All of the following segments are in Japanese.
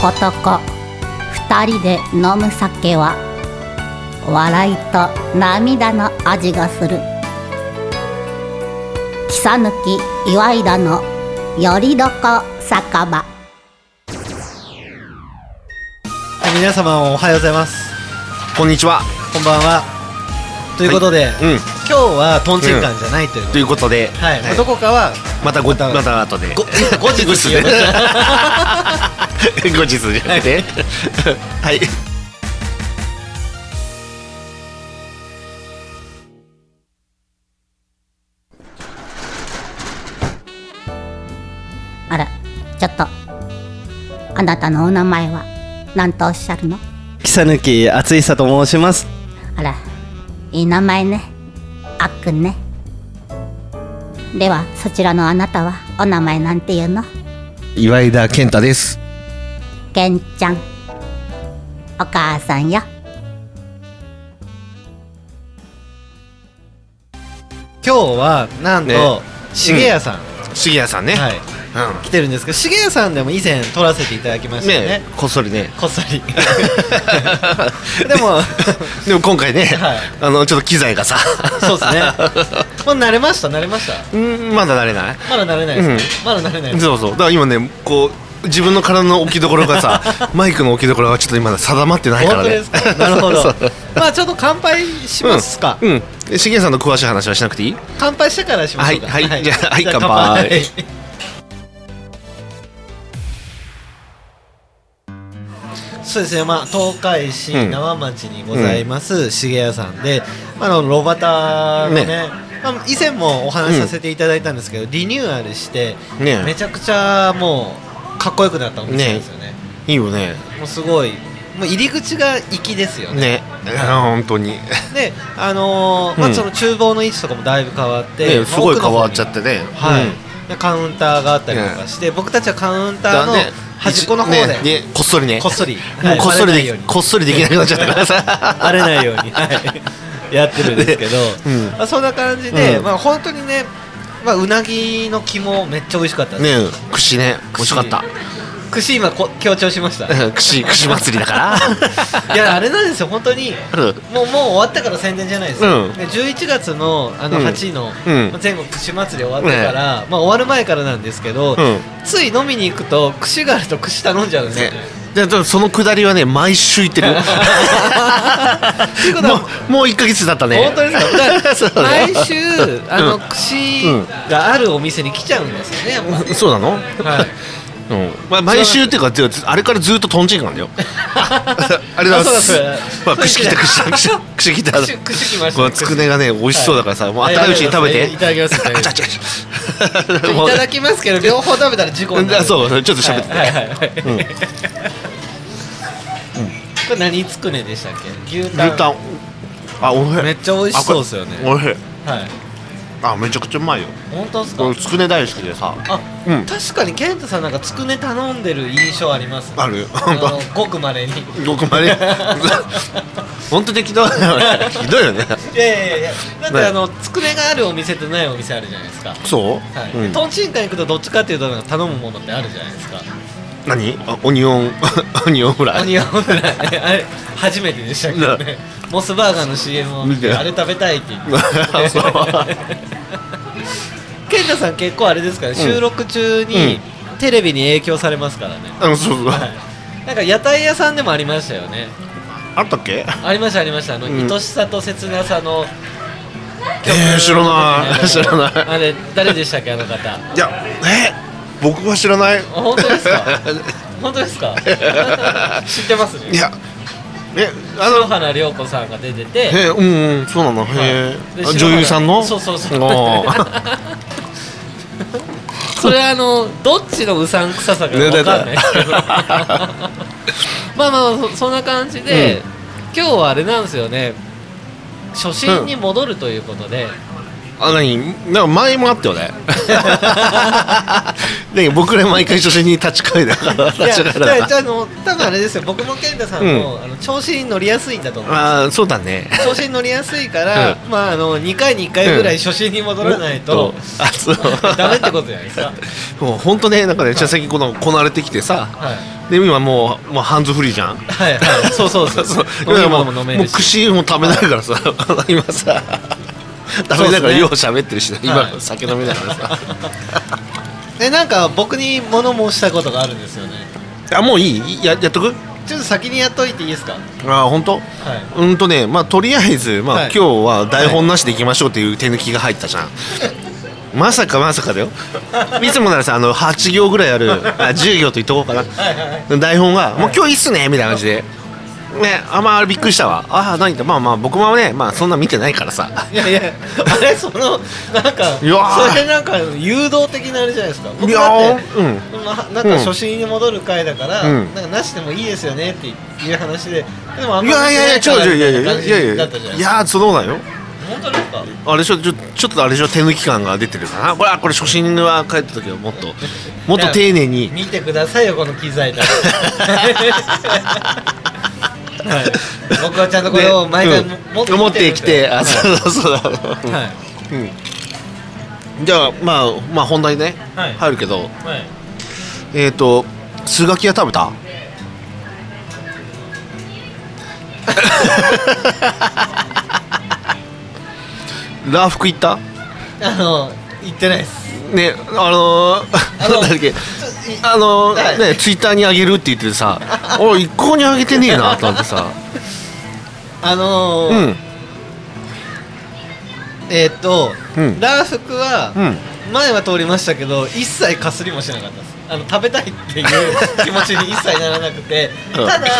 男二人で飲む酒は笑いと涙の味がする。草抜き岩井田のよりどこ酒場。 皆様おはようございます。 こんにちは。 こんばんは。ということで、 はい、 今日はトンチンカンじゃないということで、 はいはい、どこかはまた後で後日ですよね。 後日じゃなくてはい。 あら、ちょっとあなたのお名前は何とおっしゃるの？ 草抜き厚久と申します。 あら、いい名前ね。あっくんね。ではそちらのあなたはお名前なんていうの？ 岩井田健太です。 けんちゃん、お母さんよ。 今日はなんと重谷さん、 重谷さんね、 はい、来てるんですけど、重谷さんでも以前撮らせていただきましたよね。 こっそりね。 こっそり。でも今回ね、はい、ちょっと機材がさ。 そうですね。もう慣れました。 まだ慣れない。 まだ慣れないですね。まだ慣れないです。 そうだから今ね、こう自分の体の置きどころがさマイクの置きどころがちょっと今定まってないからね。 本当ですか。なるほど。まあちょっと乾杯しますか。 重谷さんの詳しい話はしなくていい？ 乾杯してからしましょうか。 はい、じゃあはい、乾杯。 そうですね、東海市縄町にございます重谷さんで、炉端のね、以前もお話しさせていただいたんですけど、リニューアルしてめちゃくちゃもうかっこよくなったお店ですよね。 いいよね。 もうすごい、もう入り口が粋ですよね。 本当に。で、 その厨房の位置とかもだいぶ変わって、 すごい変わっちゃってね。 はい。カウンターがあったりとかして、僕たちはカウンターの端っこの方でこっそりね、 こっそり、 もうこっそりできなくなっちゃったからさ、 バレないようにやってるんですけど、そんな感じで、本当にね、うなぎの肝めっちゃ美味しかったです。 串ね、美味しかった。 串今強調しました。 串祭りだからいや、あれなんですよ、本当にもう終わったから宣伝じゃないですよ。11月の8の全国串祭り終わってから、終わる前からなんですけど、つい飲みに行くと串があると串頼んじゃうんですよね。 でそのくだりはね、毎週行ってる。もう1ヶ月だったね。 本当ですか。毎週串があるお店に来ちゃうんですよね、やっぱ。 そうなの？はい。毎週っていうか、あれからずっとトンチンカンだよ。あれだ。串切ったこのつくねがね、美味しそうだからさ、もう温かいうちに食べて。 いただきます。いただきますけど、両方食べたら事故になる。 そう、ちょっと喋ってて。 これ何つくねでしたっけ？牛タン。 あ、おいしい。 めっちゃ美味しそうですよね。 おいしい。はい。 あ、 めちゃくちゃうまいよ。 本当ですか？ つくね大好きでさ。 確かにケントさんなんかつくね頼んでる印象あります。 ある。 ごくまれに。 ごくまれ。本当適当だよ。ひどいよね。 いや。だってつくねがあるお店とないお店あるじゃないですか。 そう？ トンチンカン行くとどっちかっていうと頼むものってあるじゃないですか。 何？オニオンフライ。 オニオンフライ。あれ初めてでしたけどね。モスバーガーの CM を見て、あれ食べたいって言って。ケンタさん結構あれですから、収録中にテレビに影響されますからね。 そう。 なんか屋台屋さんでもありましたよね。 あったっけ？ ありました。愛しさと切なさの。 知らない。 あれ誰でしたっけ、あの方。 いや、僕は知らない。 本当ですか？本当ですか？知ってますね。 いや、 篠原涼子さんが出てて、 そうなの。女優さんの？そう。 それどっちのうさんくささか分かんないですけど、そんな感じで、今日はあれなんですよね。初心に戻るということで、 なんか前もあったよねね、僕ら毎回初心に立ち返るから多分あれですよ、僕も健太さんも、調子に乗りやすいんだと思うんですよ。 あ、そうだね、 調子に乗りやすいから、まあ2回に1回ぐらい初心に戻らないと、ダメってことじゃないですか。 もう本当ね、なんかね、最近こなれてきてさ、で今もうハンズフリーじゃん。 はいはい、そうそうそうそう。飲み物も飲めるし、 もう串も食べながらさ、今さ食べながらよう喋ってるし、今酒飲みながらさ。 なんか僕に物申したことがあるんですよね。 あ、もういい？やっとく？ ちょっと先にやっといていいですか？ あ、本当？ね、まあとりあえず、まあ今日は台本なしでいきましょうっていう手抜きが入ったじゃん。まさかだよ。いつもならさ、8行ぐらいある10行と言っとこうかな。台本がもう今日いいっすねみたいな感じで。ね、あれびっくりしたわ。何だ、まあ僕もね、まあそんな見てないからさ。 いやあれなんかそれなんか誘導的なあれじゃないですか。僕だってなんか初心に戻る回だから、なんかなしでもいいですよねっていう話で、でもあんまりいやそうなんよ。 本当ですか？ あれちょっとあれ手抜き感が出てるかな。これ初心は帰った時はもっと丁寧に見てくださいよ、この機材だ。はい、僕はちゃんとこれを毎回持ってきて、 そうじゃあまあ本題ね、入るけど、スガキ屋食べた？ラーフク行った？ 行ってないですね。なんだっけ、ね、ツイッターにあげるって言っててさ、俺一向にあげてねえなと思ってさ、 ラーフクは前は通りましたけど、一切かすりもしなかったです。食べたいっていう気持ちに一切ならなくて、ただ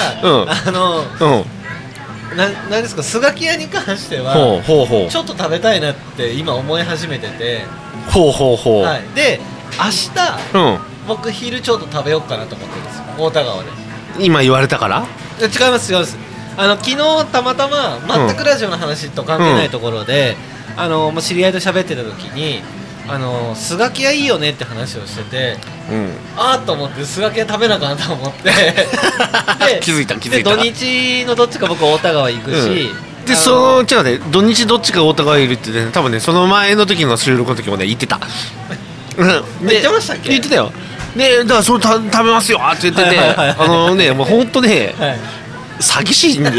なんですか、スガキ屋に関してはちょっと食べたいなって今思い始めてて、で明日、僕昼ちょっと食べようかなと思ってるんですよ、太田川で。 今言われたから？ 違います。昨日たまたま全くラジオの話と関係ないところで、知り合いと喋ってた時にスガキ屋いいよねって話をしてて、と思ってスガキ屋食べなかなと思ってで気づいたで土日のどっちか僕太田川行くし、 で違うね、土日どっちか太田川いるってね、多分ねその前の時の収録の時もね言ってた。 言ってましたっけ？ 言ってたよ。でだからそれ食べますよって言ってて、もう本当ね、詐欺師んだよ。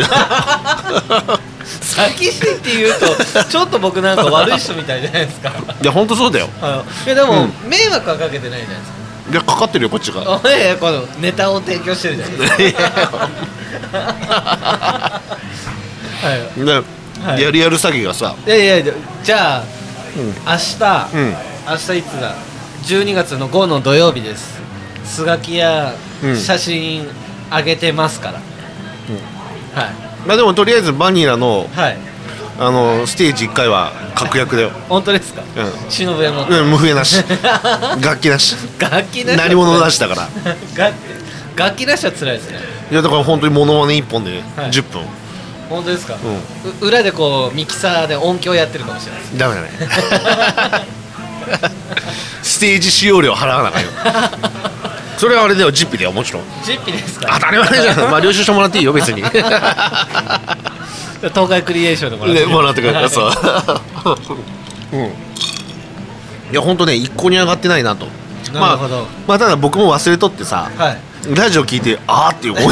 詐欺師って言うとちょっと僕なんか悪い人みたいじゃないですか。 いや本当そうだよ。 いやでも、迷惑はかけてないじゃないですか。 いやかかってるよこっちが。 このネタを提供してるじゃないですか。 やる詐欺がさ。 いやじゃあ、明日いつだ、12月の5の土曜日です。スガキ屋写真上げてますから。 まあでもとりあえずバニラのステージ1回は確約だよ。 本当ですか？忍笛も無笛なし、楽器なし、何者なしだから。 楽器なしは辛いですね。 いやだから本当にモノマネ1本で10分。 本当ですか？裏でこうミキサーで音響やってるかもしれないです。 ダメだね。ステージ使用料払わなきゃよ。それはあれだよ、ジッピだよ、もちろん。 ジッピですか？ 当たり前じゃん。まあ領収書もらっていいよ別に。 東海クリエーションでもらってくれた。そう。いや本当ね一向に上がってないなと。 なるほど。 まあただ僕も忘れとってさ、ラジオ聞いてっていう思い。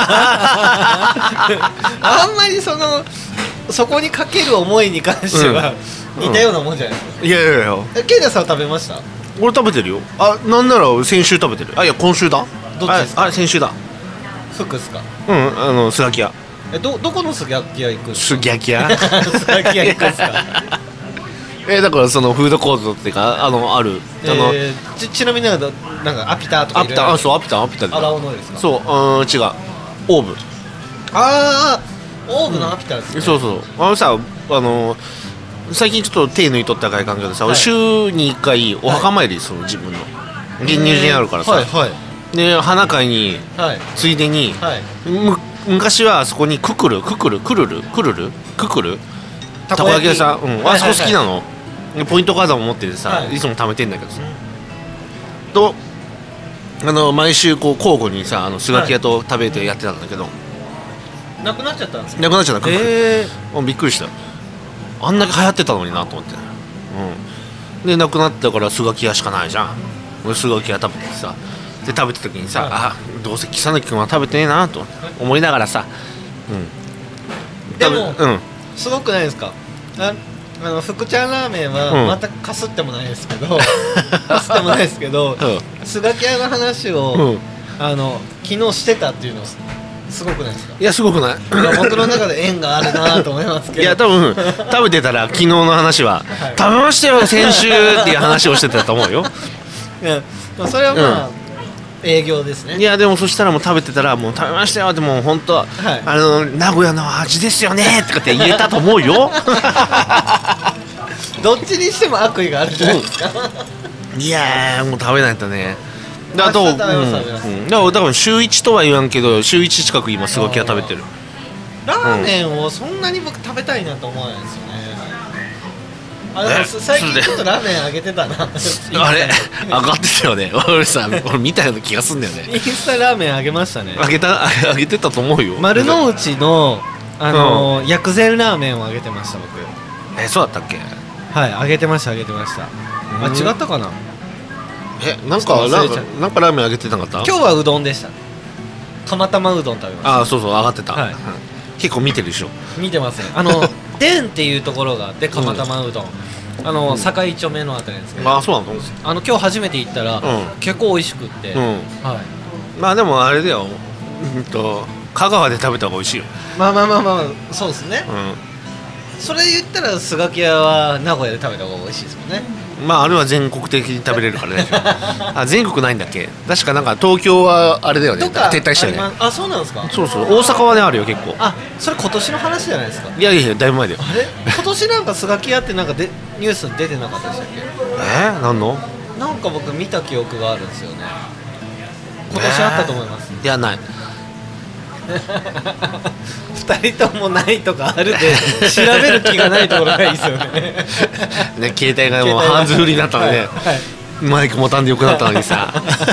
あんまりそこにかける思いに関しては似たようなもんじゃないですか。いやケイダさん食べました？ 俺食べてるよ。なんなら先週食べてる。いや今週だ。 どっちですか？ 先週だ。 服ですか？ スガキ屋。 どこのスガキ屋行くんですか？ スガキ屋。 スガキ屋行くんですか？ だからそのフードコートっていうかある。 ちなみになんかアピタとか。 そうアピタ。 青のですか？ そう違うオーブ。 オーブのアピタですね。 そうさ最近ちょっと手抜いとったかい関係でさ、週に1回お墓参りする自分の現入人あるからさ、で花会についでに、昔はそこにクルルたこ焼き屋さん、あそこ好きなの。 ポイントカードも持っててさ、 はいいつも貯めてんだけどさ、と毎週こう交互にさスガキ屋と食べてやってたんだけど、 なくなっちゃったんですか。 なくなっちゃった。 へもうびっくりした。あんだけ流行ってたのになと思って、でなくなったからスガキ屋しかないじゃん。俺スガキ屋食べてさ、で食べた時にさ、 はいあどうせ草薙君は食べてねえなと思いながらさ、 でもうんすごくないですか。福ちゃんラーメンは全くかすってもないですけど、かすってもないですけど、スガキ屋の話を、昨日してたっていうのすごくないですか。 いやすごくない僕の中で縁があるなと思いますけど。 いや多分食べてたら昨日の話は、食べましたよ先週っていう話をしてたと思うよ。 いやそれはまあ、営業ですね。 いやでもそしたらもう食べてたらもう食べましたよってもう本当、名古屋の味ですよねとかって言えたと思うよ。 どっちにしても悪意があるじゃないですか。 いやもう食べないとね。あと、 明日食べますだから週1とは言わんけど週1近く今スガキ屋食べてる。 ラーメンをそんなに僕食べたいなと思わないですよね。でも最近ちょっとラーメンあげてたな。 あれ上がってたよね。俺見たような気がすんだよね。 インスタラーメンあげましたね。 あげてたと思うよ。 丸の内の薬膳ラーメンをあげてました僕。 そうだったっけ。 はいあげてました。あ違ったかな。 なんかラーメンあげてなかった。 今日はうどんでした。釜玉うどん食べました。 あそうそう上がってた、 はい結構見てるでしょ。 見てますね。デンっていうところがあって釜玉うどん、堺一丁目のあたりですけど、 あそうなの。 今日初めて行ったら、結構美味しくって、はい、 まあでもあれだよ、香川で食べた方が美味しいよ。 まあそうですね、それ言ったらスガキ屋は名古屋で食べた方が美味しいですもんね。 まああれは全国的に食べれるからね。あ全国ないんだっけ。確かなんか東京はあれだよね、 とか撤退したよね。 あそうなんですか。 そう大阪はねあるよ結構。 それ今年の話じゃないですか。 いやだいぶ前だよ。 あれ今年なんかスガキ屋ってなんかニュースに出てなかったでしたっけ。 なんのなんか僕見た記憶があるんですよね。今年あったと思います。 いやない。 2人ともないとかあるで調べる気がないところがいいですよね。 ね携帯がもうハンズフリーになったので、マイク持たんでよくなったのにさ。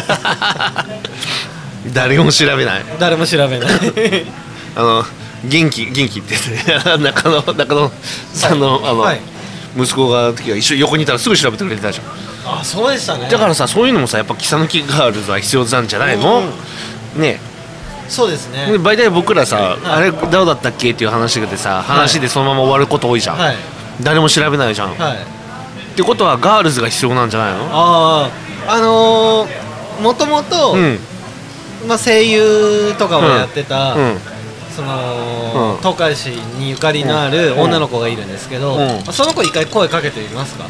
誰も調べない。 誰も調べない。 元気って中野さんの息子が時は一緒横にいたらすぐ調べてくれてたじゃん。 そうでしたね。 だからさそういうのもさやっぱ草抜きガールズは必要なんじゃないの。ねそうですね。 大体僕らさ、あれどうだったっけっていう話が出てさ、話でそのまま終わること多いじゃん、誰も調べないじゃん、ってことはガールズが必要なんじゃないの。 もともと声優とかをやってた、東海市にゆかりのある女の子がいるんですけど、その子一回声かけてみますか。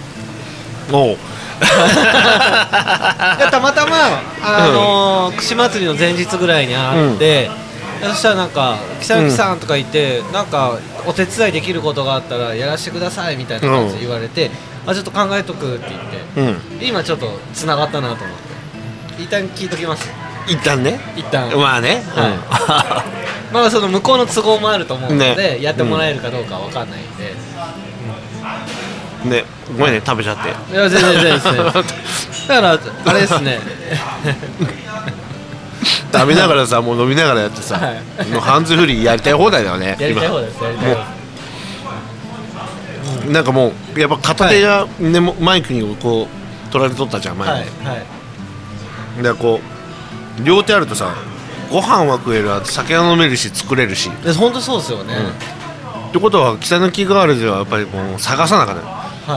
たまたま串祭りの前日ぐらいに会って、そしたらなんか「木更木さん」とか言って、なんかお手伝いできることがあったらやらせてくださいみたいな感じで言われて、ちょっと考えとくって言って、今ちょっとつながったなと思って一旦聞いときます。 一旦まあね、 まあその向こうの都合もあると思うので、やってもらえるかどうかは分かんないんで、 ね、ごめんね食べちゃって。 いや全然ですね。だからあれですね。 食べながらさもう飲みながらやってさ、もうハンズフリーやりたい放題だよね。 やりたい放題です。 なんかもうやっぱ片手が、マイクにこう取られとったじゃん前に。でこう両手あるとさご飯は食える、酒は飲めるし作れるし。 本当そうですよね。 ってことは北抜きガールズはやっぱりもう探さなかった。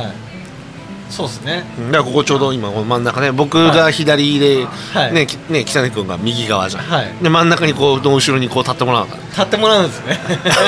そうですね。 だからここちょうど今真ん中ね、僕が左で、北抜君が右側じゃん、で真ん中にこう後ろにこう立ってもらうから。 立ってもらうんですね。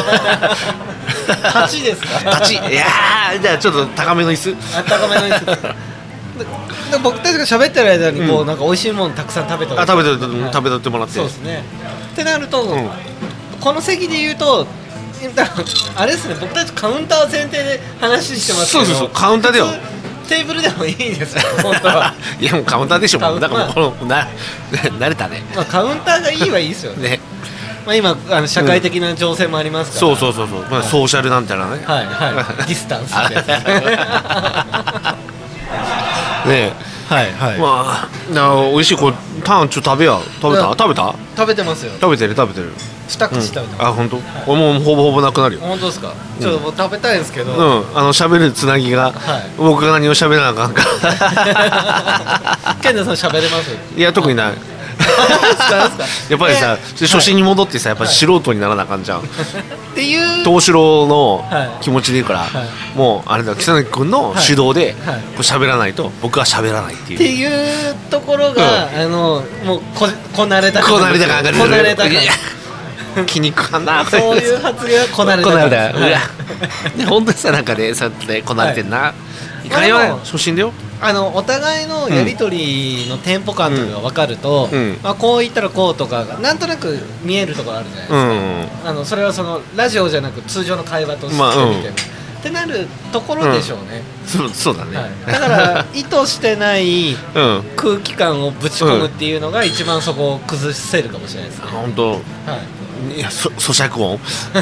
立ちですか。 立ち。いやじゃあちょっと高めの椅子。 高めの椅子。で僕たちが喋ってる間にこうなんか美味しいものたくさん食べてもらって。 食べとってもらって。 そうですね。ってなると、この席で言うと。あれですね、僕たちカウンター前提で話してますけど。 そうカウンターだよ。 テーブルでもいいですよ本当は。 いやもうカウンターでしょ。だからもう慣れたね。 カウンターがいいはいいですよね。 まあ、今社会的な情勢もありますから、 そう、まあ、ソーシャルなんたらね、 はいはいディスタンスってやつですねねはいはい、 まあ美味しいこれタンちょっと食べよう。食べた食べてますよ。 食べてる 2口食べてます、 あ、本当。俺もほぼほぼなくなるよ。 本当ですか。ちょっともう食べたいんですけど、 喋るつなぎが、僕が何を喋らなあかんかケンダさん喋れます？ いや特にないやっぱりさ、初心に戻ってさ、やっぱ素人にならなあかんじゃんっていう東四郎の気持ちでいいから、もうあれだ、北貫君の主導でこう喋らないと僕は喋らないっていう。 っていうところが、もうこなれたこなれた感が出てる。 こなれた感気に食わんな。 そういう発言はこなれた感ね、本当にさ、なんかね、そうやってこなれてんな。いかんよ、初心だよ。 お互いのやり取りのテンポ感というのが分かると、まあ、こう言ったらこうとかがなんとなく見えるところあるじゃないですか、それはそのラジオじゃなく通常の会話としてみたいな、ってなるところでしょうね、 そうだね、 だから意図してない空気感をぶち込むっていうのが一番そこを崩せるかもしれないですね。 本当、いや咀嚼音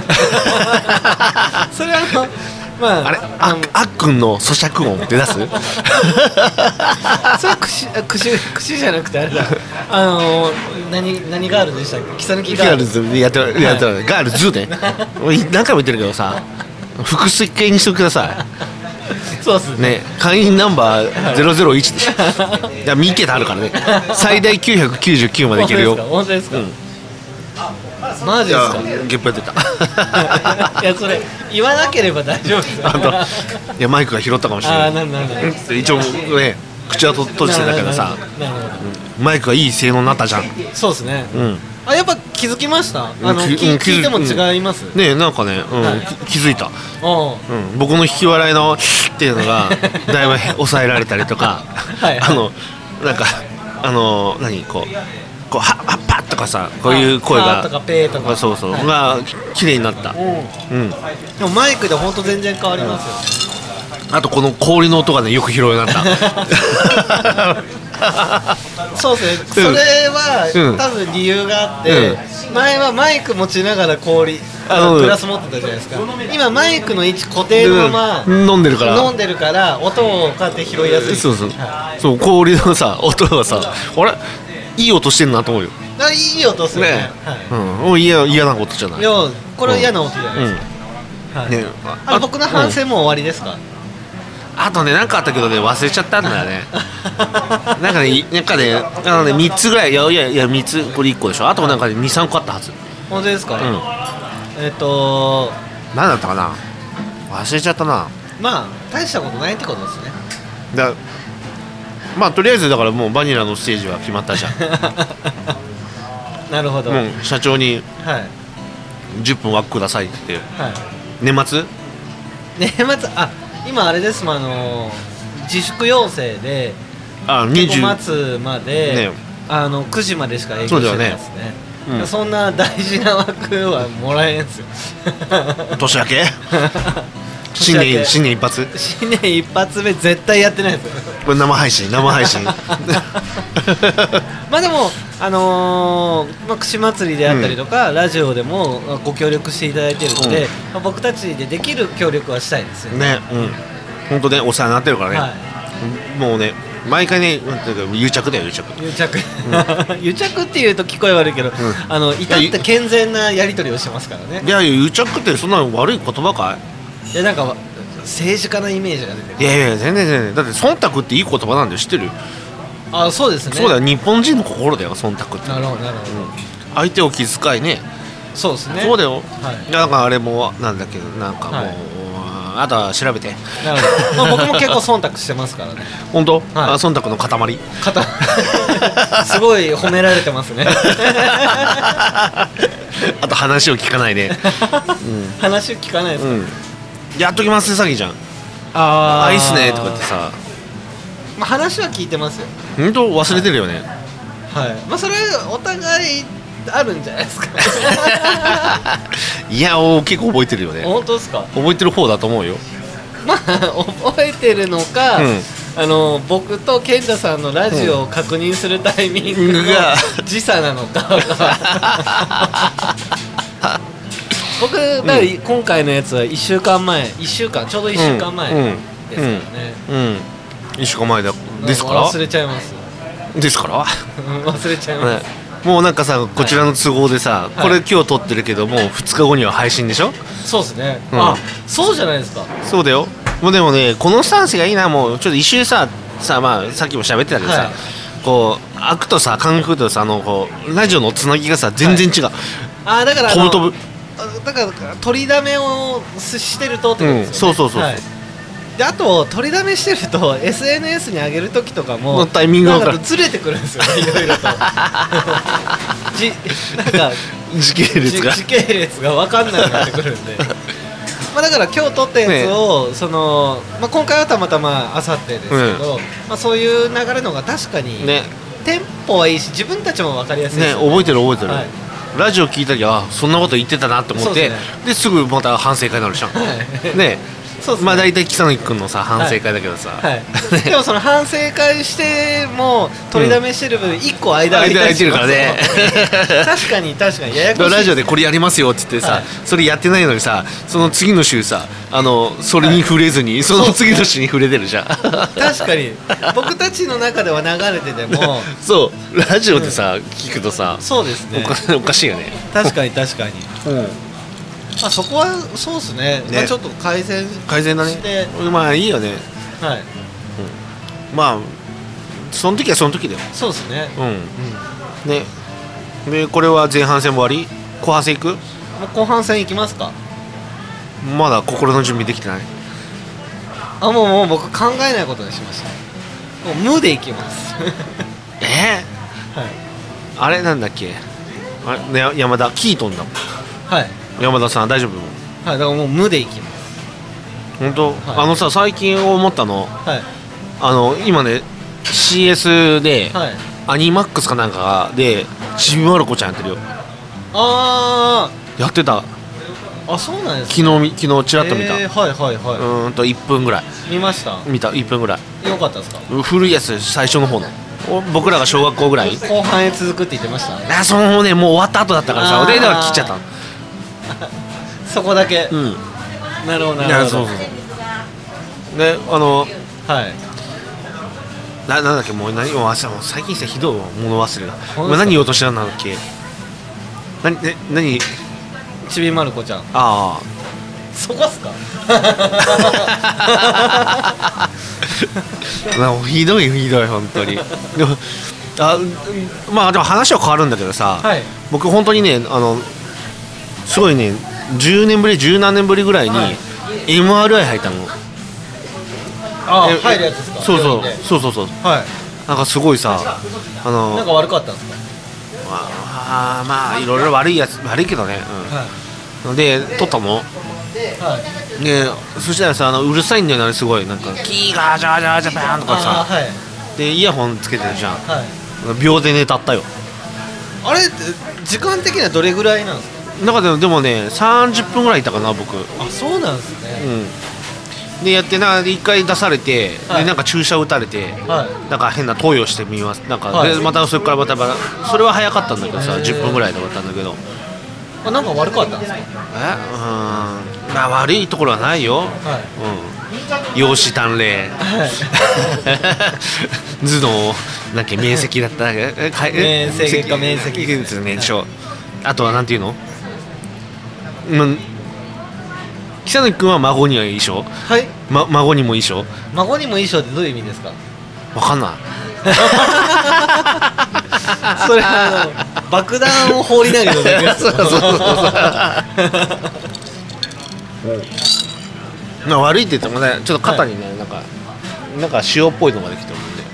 それはまあ、 あれ、あっくんの咀嚼音って出すそれは串じゃなくてあれだ何ガールでしたっけ？木更木ガールズやってるガールズね何回も言ってるけどさ、複数形にしてください。 そうですね、会員ナンバー001でしょいや3桁あるからね、最大999までいけるよ。 本当ですか？マジですか？ ゲップやってたいや、それ言わなければ大丈夫ですよいや、マイクが拾ったかもしれない。一応ね、口は閉じてたけどさ、マイクがいい性能になったじゃん。 そうですね、やっぱ気づきました？聞いても違いますね。なんかね、気づいた。僕の引き笑いのっていうのがだいぶ抑えられたりとかなんか何こうはっぱとかさ、こういう声がとかペーとかそうが綺麗になった。でもマイクで本当全然変わりますよ。 あとこの氷の音がね、よく拾うようになったそうですね、それは多分理由があって、前はマイク持ちながらグラス持ってたじゃないですか。今マイクの位置固定のまま飲んでるから音をこうやって拾いやすい。 そう氷のさ音がさ、あれいい音してるなと思うよ。 いい音するね。 嫌な音じゃない。 いや、これは嫌な音じゃないですか。僕の反省も終わりですか？ あとね、なんかあったけどね、忘れちゃったんだよねなんかね、3つぐらい、いや3つ、これ1個でしょ。あとなんかね、2、3個あったはず。 本当ですか？何だったかな、忘れちゃったな。 まあ大したことないってことですね。 まあとりあえずだからもうバニラのステージは決まったじゃんなるほど。 もう社長に10分枠くださいって言って、年末今あれですもん、自粛要請で結構末まで、9時までしか営業してないですね。そんな大事な枠はもらえんすよ年明け新年一発目絶対やってないですよこれ生配信まあでも串祭りであったりとか、ラジオでもご協力していただいてるので、僕たちでできる協力はしたいですよね。 本当ね、お世話になってるからね、もうね、毎回ね、癒着だよ、癒着っていうと聞こえ悪いけど、至って健全なやり取りをしてますからね。 いや癒着ってそんな悪い言葉かい？いや、なんか政治家のイメージが出てる。 いや全然だって忖度っていい言葉なんで知ってる？ そうですね。 そうだよ、日本人の心だよ、忖度って。 なるほど、 相手を気遣いね。 そうですね。 そうだよ。だからあれもなんだけど、なんかもうあとは調べて。 なるほど。僕も結構忖度してますからね。 本当？忖度の塊。 すごい褒められてますね。 あと話を聞かないで。 話を聞かないですか？ やっときます詐欺じゃん。いいっすねとか言ってさ。 話は聞いてますよ。 本当忘れてるよね。 それお互いあるんじゃないですか。 いや結構覚えてるよね。 本当ですか？ 覚えてる方だと思うよ。 覚えてるのか、 僕と健太さんのラジオを確認するタイミングが時差なのか僕だから今回のやつは1週間前ちょうど1週間前ですからね。 1週間前ですから忘れちゃいますですから忘れちゃいます、 もうなんかさこちらの都合でさ、これ今日撮ってるけどもう2日後には配信でしょ。 そうですね、あ、そうじゃないですか。 そうだよ。もうでもねこのスタンスがいいな。もうちょっと一周さまあさっきも喋ってたけどさ、こう開くとさ韓国とさこうラジオのつなぎがさ全然違う、 だから飛ぶだから取りだめをしてるとってことですよね。 そう、 であと取りだめしてると SNS に上げる時とかものタイミングがなんかずれてくるんですよねいろいろとなんか時系列が分かんなくなってくるんでまあだから今日撮ったやつを、まあ、今回はたまたまあさってですけど、まあ、そういう流れのが確かに、テンポはいいし自分たちも分かりやすいですよね。 覚えてる、ラジオ聞いた時そんなこと言ってたなと思ってですぐまた反省会になるじゃん、ね。そうですね、まあ大体北野君のさ反省会だけどさ、 でもその反省会しても取りだめしてる分1個間空いてるからね確かにややこしい。 ラジオでこれやりますよって言ってさ、それやってないのにさその次の週さそれに触れずにその次の週に触れてるじゃん確かに僕たちの中では流れててもそうラジオでさ、聞くとさそうですねおかしいよね。 確かにまあそこはそうですね、まあ、ちょっと改善だね。まあいいよね。まあその時はその時だよ。 そうですね。 ね。でこれは前半戦も終わり後半戦行く？ もう後半戦行きますか？ まだ心の準備できてない。 もう僕考えないことにしました。もう無で行きますあれなんだっけ、山田キートンだもん。山田さん大丈夫？ だからもう無で行きます。 本当？さ最近思ったの、今ね CS で、アニマックスかなんかでちびまる子ちゃんやってるよ。やってた。 そうなんですか。 昨日ちらっと見た。1分ぐらい見ました。 見た1分ぐらい。 よかったですか？ 古いやつ最初の方の僕らが小学校ぐらい後半へ続くって言ってました。 そのねもう終わった後だったからさ俺では切っちゃったのそこだけ。なるほどなるほど。 でなんだっけもう最近さひどい物忘れだ。何言おうとしたんだっけ。何ちびまる子ちゃん。そこっすかひどい本当にでもまあでも話は変わるんだけどさ、僕本当にねすごいね10何年ぶりぐらいに MRI 入ったの。 入るやつですか？ そうなんかすごいさなんか悪かったんですか？ まあいろいろ悪いけどね、で撮ったの、でそしたらさうるさいんだよねすごいなんかキーガージャージャージャーバーンとかさ、でイヤホンつけてるじゃん、秒で寝たったよ。 あれ時間的にはどれぐらいなんですか？ なんかでもね30分ぐらいいたかな僕。 そうなんですね。 でやって1回出されて、でなんか注射打たれて、なんか変な投与してみますなんか、でまたそれからまたそれは早かったんだけどさ10分ぐらいで終わったんだけど。なんか悪かったんですか？まあ悪いところはないよ。容姿端麗、頭脳なんか面積だった面積ですね。あとはなんていうの？北野君は孫にはいい賞？孫にもいい賞？ 孫にもいい賞ってどういう意味ですか？ わかんない。 それ爆弾を放り投げただけです。 悪いって言ってもねちょっと肩にねなんか塩っぽいのができてるんで、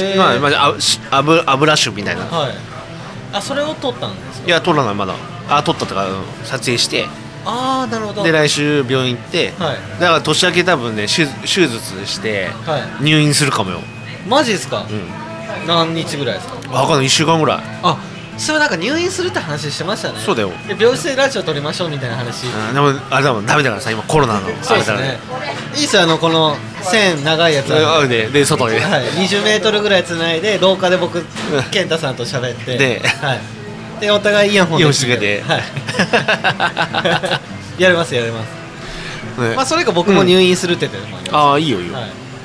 油酒みたいな。それを撮ったんですか？いや撮らないまだ。撮ったとか撮影して。なるほど。で来週病院行って、だから年明け多分ね手術して入院するかもよ。 マジですか？何日ぐらいですか？ 分かんない1週間ぐらい。 それはなんか入院するって話してましたね。 そうだよ。 で病室でラジオ撮りましょうみたいな話。 でもあれだもん、ダメだからさ今コロナのそうですね。いいっすよ、この線長いやつで外で、 はい、20メートルぐらいつないで廊下で僕健太さんと喋ってで、 はい、でお互いイヤホンでつけて、 はい、やります、ね、まあそれか僕も入院するって言って、 ああいいよ、はい、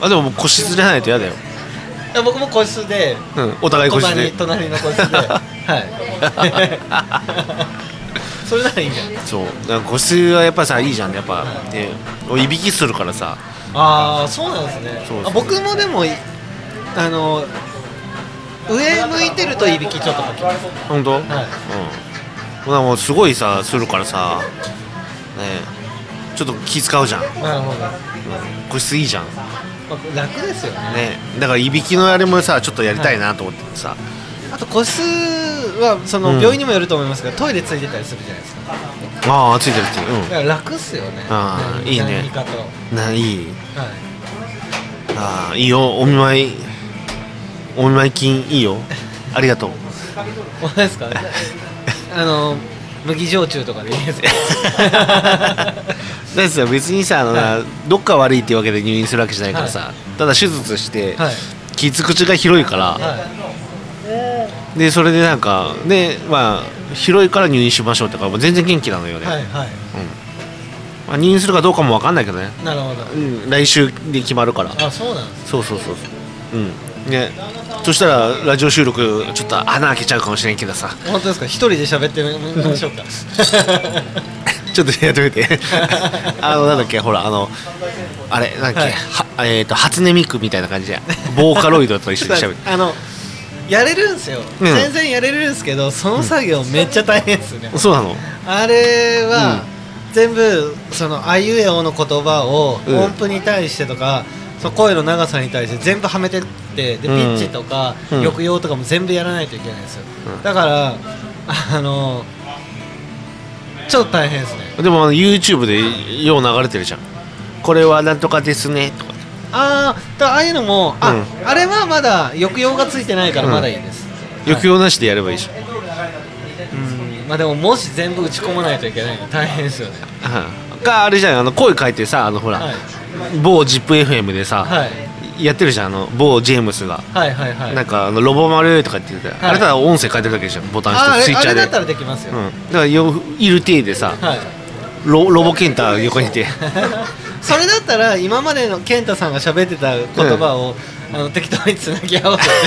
でももう個室じゃないと嫌だよ。 いや僕も個室で、 お互い個室で隣の個室ではいそれならいいんじゃない。 そうだから個室はやっぱさいいじゃんね、やっぱ、ね、いびきするからさ。 ああそうなんですね。僕もでも上向いてるといびきちょっとかきます。 本当？はい、もうすごいさするからさ、ね、ちょっと気使うじゃん。 なるほど、 個室いいじゃん。 楽ですよ ね。 だからいびきのあれもさちょっとやりたいなと思ってさ、はい、 あと個室はその病院にもよると思いますが、トイレついてたりするじゃないですか。 ああついてる、 だから楽っすよね。 ああいいね。 何かといい、 はい、 ああいいよ、お見舞い金いいよありがとう。 本当ですか麦焼酎とかでいいですかだってさ別にさどっか悪いっていうわけで入院するわけじゃないからさ、はい、ただ手術して、はい、傷口が広いから、はい、でそれでなんかね、まあ広いから入院しましょうってからもう全然元気なのよね。はいはい、まあ、入院するかどうかも分かんないけどね。 なるほど、 来週で決まるから。 あ、そうなんですね。そうね、そしたらラジオ収録ちょっと穴開けちゃうかもしれんけどさ。 本当ですか。一人で喋ってみましょうかちょっとやってみてなんだっけ、ほらあれなんだっけ、はい、初音ミクみたいな感じでボーカロイドと一緒に喋るやれるんですよ、全然やれるんですけど、その作業めっちゃ大変ですね。 そうなの。あれは、全部そのあいうえおの言葉を音符に対してとか、その声の長さに対して全部はめてって、でピッチとか抑揚とかも全部やらないといけないんですよ。だからちょっと大変ですね。 でもYouTube でよう流れてるじゃん。これはなんとかですねとか。 ああいうのもあれはまだ抑揚がついてないからまだいいです、 抑揚なしでやればいいじゃん。 まあでももし全部打ち込まないといけないの大変ですよね。 あれじゃん、声書いてさほら、某 ZIPFM でさ、やってるじゃん、某ジェームスが、なんかロボ丸とかって言って、あれたら音声変えてるだけじゃん、ボタンしてスイッチャーで。 あれだったらできますよ。 だからいる体でさ、ロボケンタ横にいてそれだったら今までのケンタさんが喋ってた言葉を、適当につなぎ合わせて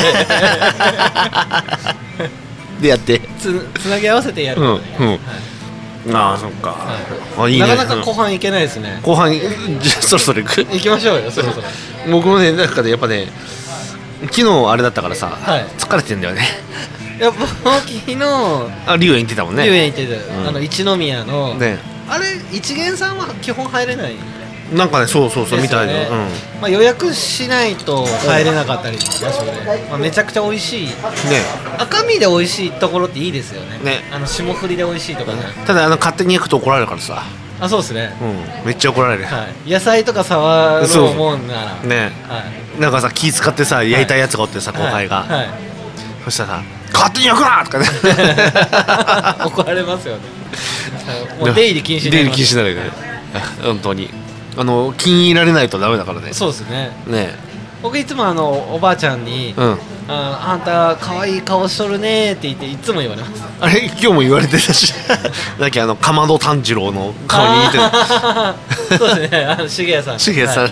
でやってつなぎ合わせてやる。 ああそっか、いいね。 なかなか後半いけないですね。 後半じゃそろそろ行く。 行きましょうよ、そろそろ。 僕もね、なんかねやっぱね、昨日あれだったからさ、疲れてんだよね。 いや僕昨日龍園行ってたもんね。 龍園行ってた、一宮の、あれ一元さんは基本入れない。 なんかね、そうみたいな、 まあ、予約しないと入れなかったり場所で、まあ、めちゃくちゃ美味しい、赤身で美味しいところっていいですよね。霜降りで美味しいとかね。 ただ勝手に焼くと怒られるからさ。 あ、そうですね、 めっちゃ怒られる、 野菜とか触るもんならね、なんかさ気使ってさ焼いたやつがおってさ、後輩が、そしたらさ勝手に焼くなとかね怒られますよね。もう出入り禁止になるから本当に気に入られないとダメだからね。 そうですね。僕いつもおばあちゃんに、あんた可愛い顔しとるねって言っていつも言われます。 あれ今日も言われてたしだっけかまど炭治郎の顔に似てるそうですね、茂谷さん。 確かに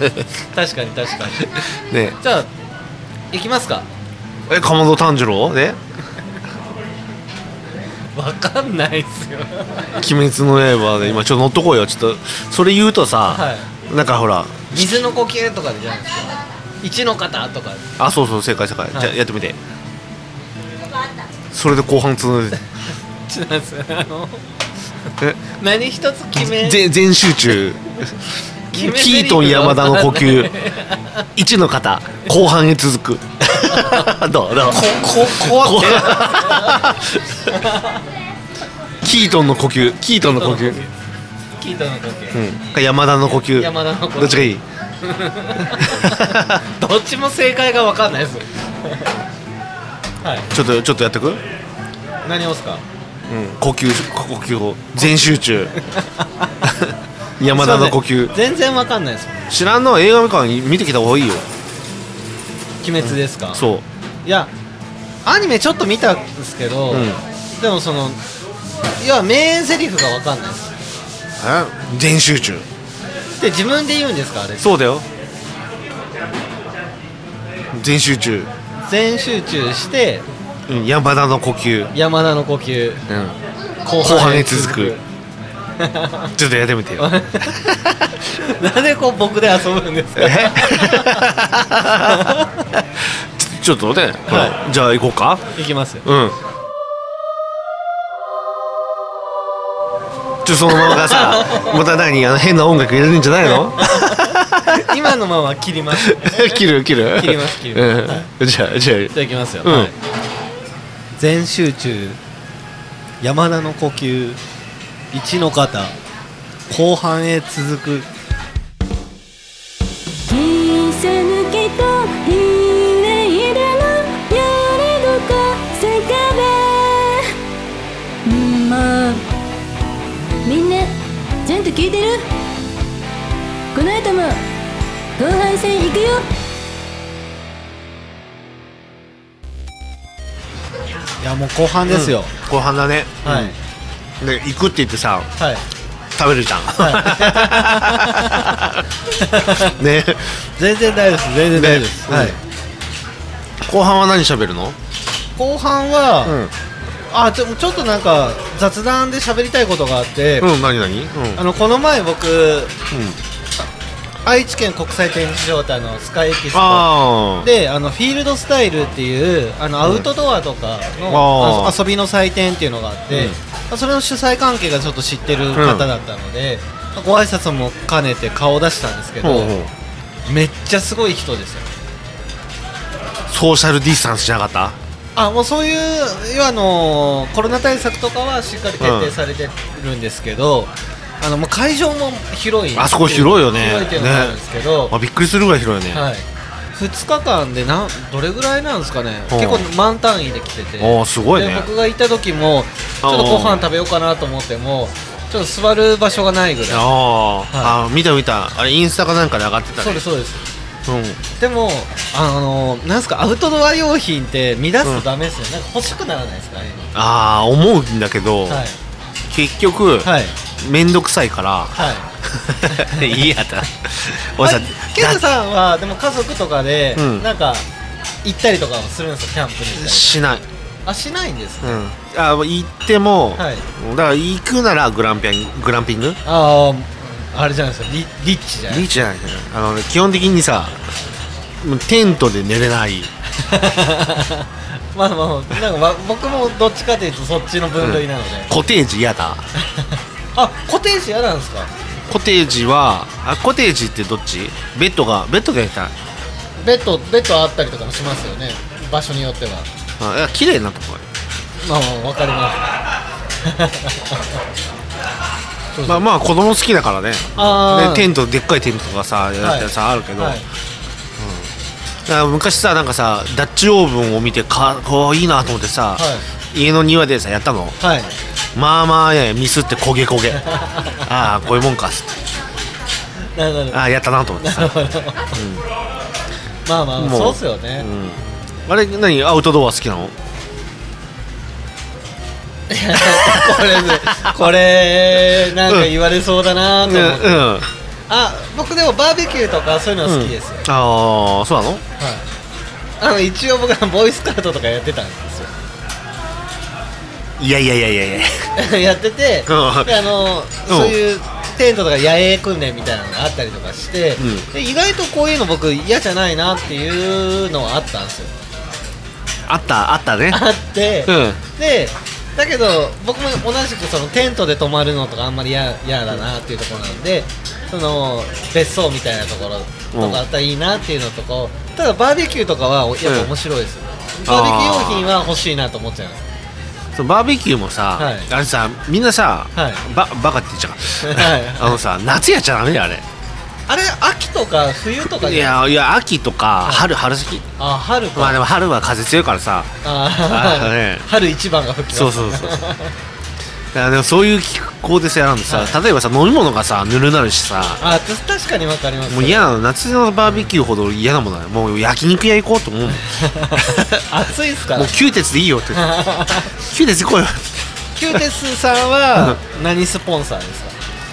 ね。じゃあ行きますか。 かまど炭治郎でわかんないっすよ鬼滅の刃で今ちょっと乗っとこうよ。ちょっとそれ言うとさ、なんかほら水の呼吸とかでじゃないですか。一の方とか。 あ、そう正解、じゃあやってみて。それで後半つなで何一つ決め全集中キートン山田の呼吸一の方後半へ続くどう怖ってキートンの呼吸山田の呼吸どっちがいいどっちも正解が分かんないですちょっとやってく何をですか？ 呼吸法全集中山田の呼吸全然わかんないです。 知らんの映画館見てきた方がいいよ。 鬼滅ですか？ そういやアニメちょっと見たんですけど、でもいや名台詞がわかんないです。 全集中って自分で言うんですか？あれそうだよ。全集中して山田の呼吸後半へ続くちょっとやってみてよなんで僕で遊ぶんですか？ ちょっとね、じゃあ行こうか。 行きますよ。 そのままがさまた変な音楽入れるんじゃないの？ 今のまま切ります切る切ります、 じゃあ行きますよ。全集中山田の呼吸一の方後半へ続く。 切り抜けとひねいでのやれどかせかべ。まあみんなちゃんと聞いてる？この後も後半戦行くよ。 いやもう後半ですよ。 後半だね。で行くって言ってさ、食べるじゃん。ね。 全然大丈夫です。全然大丈夫です。 後半は何喋るの？ 後半は、ちょっとなんか雑談で喋りたいことがあって。 何？ この前僕、愛知県国際展示場ってスカイエキスポでフィールドスタイルっていうアウトドアとかの遊びの祭典っていうのがあって、それの主催関係がちょっと知ってる方だったので、ご挨拶も兼ねて顔を出したんですけど、めっちゃすごい人ですよ。 ソーシャルディスタンスじゃなかった？ もうそういうコロナ対策とかはしっかり徹底されてるんですけど、もう会場も広い。 あそこ広いよね。 広いっていうのがあるんですけど、 びっくりするぐらい広いよね。 2日間でどれぐらいなんですかね。結構満単位で来てて、 すごいね。 で僕が行った時もちょっとご飯食べようかなと思ってもちょっと座る場所がないぐらい。 見たあれインスタかなんかで上がってたね。 そうです。でもなんすかアウトドア用品って乱すとダメですよ。なんか欲しくならないですかね。 思うんだけど、結局めんどくさいからいいやだ。 ケンさんはでも家族とかでなんか行ったりとかするんですか？キャンプに行ったり。しない。しないんですね。 行ってもだから行くならグランピングあれじゃないですか。リッチじゃない。 リッチじゃない。基本的にさテントで寝れない。 なんか僕もどっちかというとそっちの分類なので。 コテージ嫌だ。 コテージ嫌なんですか？ コテージってどっち？ベッドで寝たい。 ベッドあったりとかもしますよね。場所によっては。 綺麗なところ。 わかります。 まあ子供好きだからね。ででっかいテントとかさやってさあるけど。昔さなんかさダッチオーブンを見ていいなと思ってさ、家の庭でさやったの。ミスって焦げこういうもんかっつって。やったなと思ってさ。 そうっすよね。 あれ何アウトドア好きなの？ これなんか言われそうだなと思って。僕でもバーベキューとかそういうの好きですよ。 そうなの？ 一応僕はボーイスカウトとかやってたんですよ。 いややってて、そういうテントとか野営訓練みたいなのがあったりとかして、で意外とこういうの僕嫌じゃないなっていうのはあったんですよ。あったね。あって、でだけど僕も同じくそのテントで泊まるのとかあんまり嫌だなっていうところなんで、その別荘みたいなところとかあったらいいなっていうのとか、ただバーベキューとかはやっぱ面白いですよね。バーベキュー用品は欲しいなと思っちゃいます。 バーベキューもさ、あれさみんなさ、バカって言っちゃう夏やっちゃダメだよあれ。 あれ秋とか冬とかいじゃないやいや秋とか春先。 あ春か、 まあでも春は風強いからさ。ね春一番が吹きますそうそうそう。いやでもそういう気候でさやらんでさ、例えばさ飲み物がさぬるなるしさ、 確かにわかります。 もう嫌なの。夏のバーベキューほど嫌なものない。もう焼肉屋行こうと思うもん。 暑いっすからもう九鉄でいいよって九鉄行こうよ。 キューテスさんは何スポンサーですか？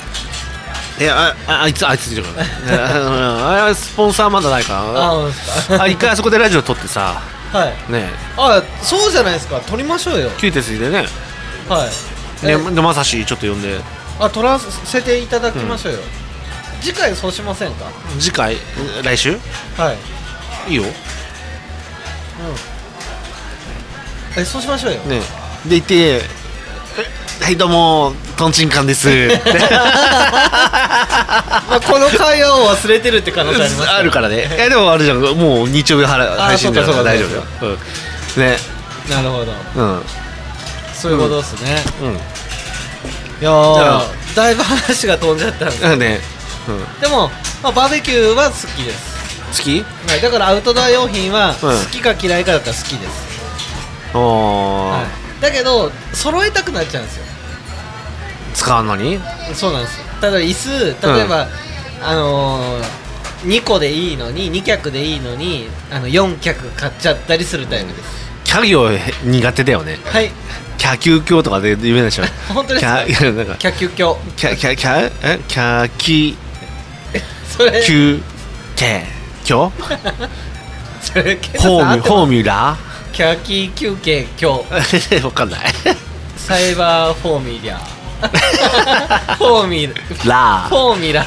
あいついるからあれスポンサーまだないから一回あそこでラジオ撮ってさはいねそうじゃないですか、撮りましょうよ。 九鉄でねはいでまさしちょっと呼んで撮らせていただきましょうよ、次回そうしませんか？ 次回来週はいいいよそうしましょうよねで行ってはいどうもトンチンカンですこの会話を忘れてるって可能性ありますあるからねでもあるじゃんもう日曜日配信だから大丈夫よねなるほどそういうことですねいやだいぶ話が飛んじゃったんですねでもバーベキューは好きです好きだからアウトドア用品は好きか嫌いかだったら好きですだけど揃えたくなっちゃうんですよ使うのにそうなんですよ。ただ椅子例えば2個でいいのに2脚でいいのに4脚買っちゃったりするタイプです。 キャ業苦手だよね。 はいキャキュー教とかで有名でしょ。 本当ですか？キャキュ教キャキそれキュケ教それフォーミュラキャキ休憩教わかんないサイバーフォーミュラフォーミュラフォーミュラ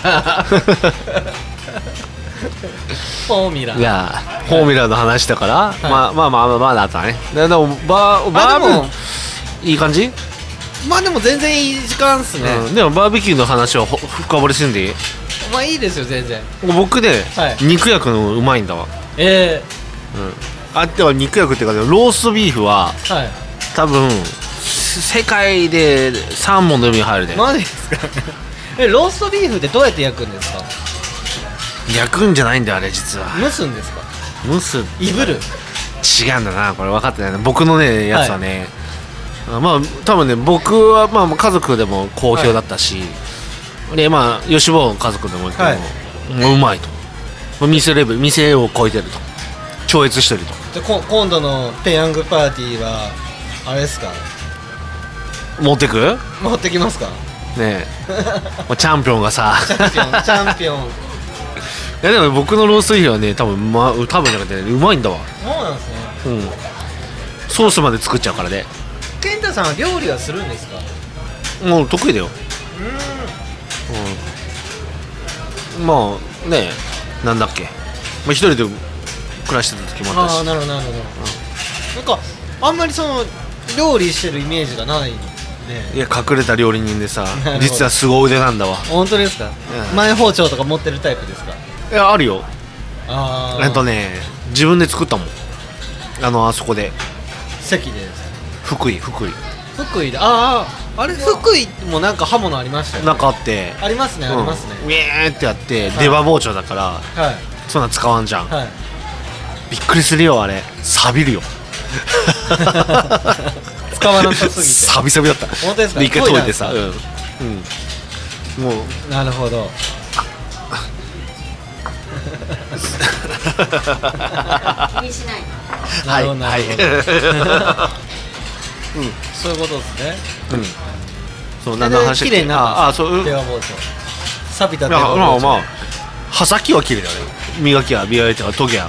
フォーミュラいやフォーミュラの話だからまだあったね。でもバーベいい感じ？ まあでも全然いい時間っすね。 でもバーベキューの話は深掘りすんでいい？ まあいいですよ全然。 僕ね肉焼くのうまいんだわ。あっては肉焼くっていうかローストビーフは多分世界で3本の指に入るで。 マジですか？ローストビーフってどうやって焼くんですか？ 焼くんじゃないんだよあれ実は。 蒸すんですか？ 蒸すいぶる？ 違うんだなこれ分かってないな。僕のねやつはね、まあ多分ね僕はまあ家族でも好評だったし、でまあ吉坊家族でももううまいと、店を超えてると、超越してると。 で今度のペヤングパーティーはあれですか？ 持ってきますかねえチャンピオンがさチャンピオンいやでも僕のローストビーフはね多分じゃなくてうまいんだわ。 そうなんですね。 ソースまで作っちゃうからね。 健太さんは料理はするんですか？ もう得意だよ。まあねなんだっけ、一人で暮らしてた時もあったし。 なるほどなんかあんまりその料理してるイメージがないね。 いや隠れた料理人でさ実は凄腕なんだわ。 本当ですか？前包丁とか持ってるタイプですか？ いやあるよ。 自分で作ったもんあそこで席で福井であれ福井もなんか刃物ありましたよね。 なんかあってありますねありますね。 ウェーってやって出刃包丁だからそんな使わんじゃん。びっくりするよあれ錆びるよ使わなさすぎてサビサビだった。 本当ですか？ 一回研いでさもうなるほど気にしないそういうことですね。 そう何の話だっけ？ 綺麗になったそう出刃包丁錆びた出刃包丁。 まあ刃先は綺麗だね。磨きは磨いて研ぎは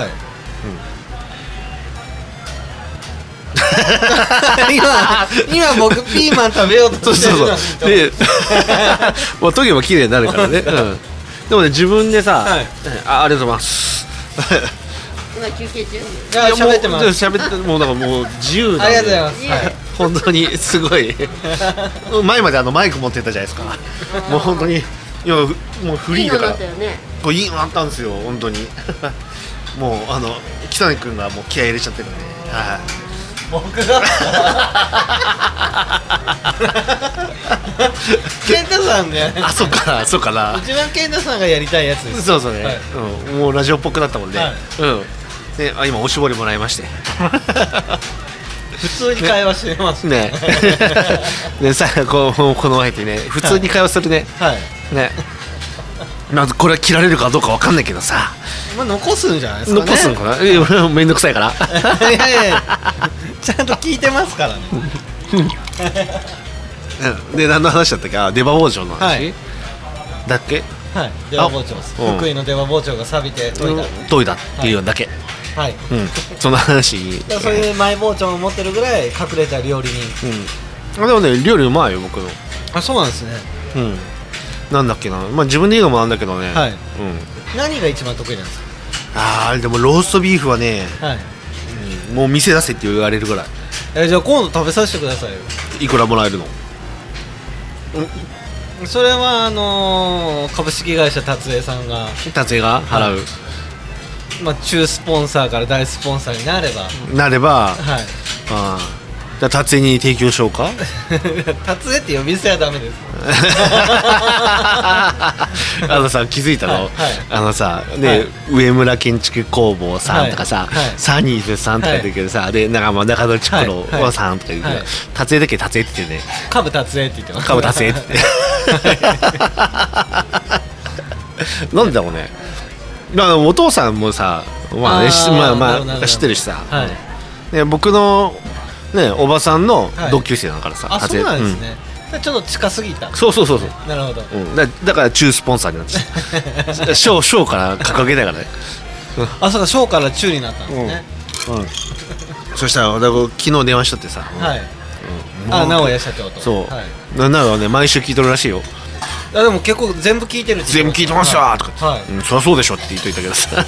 今僕ピーマン食べようとしてるのにで研げば綺麗になるからね。でもね自分でさありがとうございます今休憩中？ 喋ってます。 喋ってもうなんかもう自由だね。 ありがとうございます。 本当にすごい前までマイク持ってたじゃないですか。もう本当に今もうフリーだからこれいいのあったんですよ本当にもう北野君がもう気合い入れちゃってるんで僕が健太さんね。 あ、そうかそうかな。 一番健太さんがやりたいやつです。 そうそうね、 はいもうラジオっぽくなったもんね、 はい、 で、今おしぼりもらいまして普通に会話してますねでさ、この相手ね、普通に会話するね、 はいね、まずこれは切られるかどうかわかんないけどさ、 まあ残すんじゃないですかね。 残すんかな、めんどくさいからいやいやちゃんと聞いてますからねで、何の話だったっけ。あ、出刃包丁の話、はい、だっけ。 はい、出刃包丁です。福井の出刃包丁が錆びて研いだっていうだけ。 はい、 その話。 そういうマイ包丁を持ってるぐらい隠れた料理人。 でもね、料理うまいよ僕の。 あ、そうなんですね。 なんだっけな、まあ自分で言うのもなんだけどね。 はい。何が一番得意なんですか。 でもローストビーフはね、 はい、 もう店出せって言われるぐらい。 じゃあ今度食べさせてくださいよ。 いくらもらえるの。 それは株式会社達江さんが払う、 まあ、中スポンサーから大スポンサーになれば、 はい、じゃあ達江に提供しようか達江って呼び捨てはダメですさ、気づいたの、 はい、 さね、上村建築工房さんとかさ、サニーズさんとか言うけどさ、で中野筑郎さんとか言うけど、達江だけ達江って言ってね、 株達江って言ってます。 株達江ってなんでだろうね。お父さんもさ、まあ知ってるしさ、僕のね、おばさんの同級生だからさ。 あ、そうなんですね。ちょっと近すぎた。 そう。 なるほど。 だから中スポンサーになって小から掲げながらね。 あ、そうか、小から中になったんですね。 そしたら昨日電話しとってさ。 はい。直哉社長と。 そう。直哉はね、毎週聞いとるらしいよ。 でも結構全部聞いてる。 全部聞いてますよとか。そりゃそうでしょって言っといたけどさ。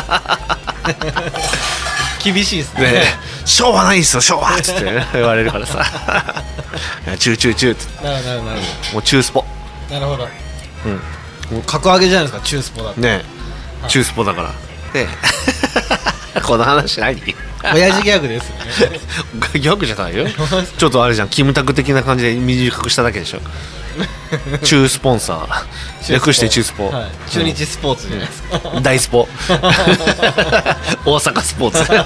厳しいですね。 昭和ないっすよ、昭和っつって言われるからさ中ってなるほどもう中スポ。 なるほど。もう格上げじゃないですか、中スポだってね。中スポだからでこの話何親父ギャグですよねギャグじゃないよちょっとあれじゃん、キムタク的な感じで短くしただけでしょ中スポンサー略して中スポ、 中日スポーツじゃないですか、 大スポ大阪スポーツ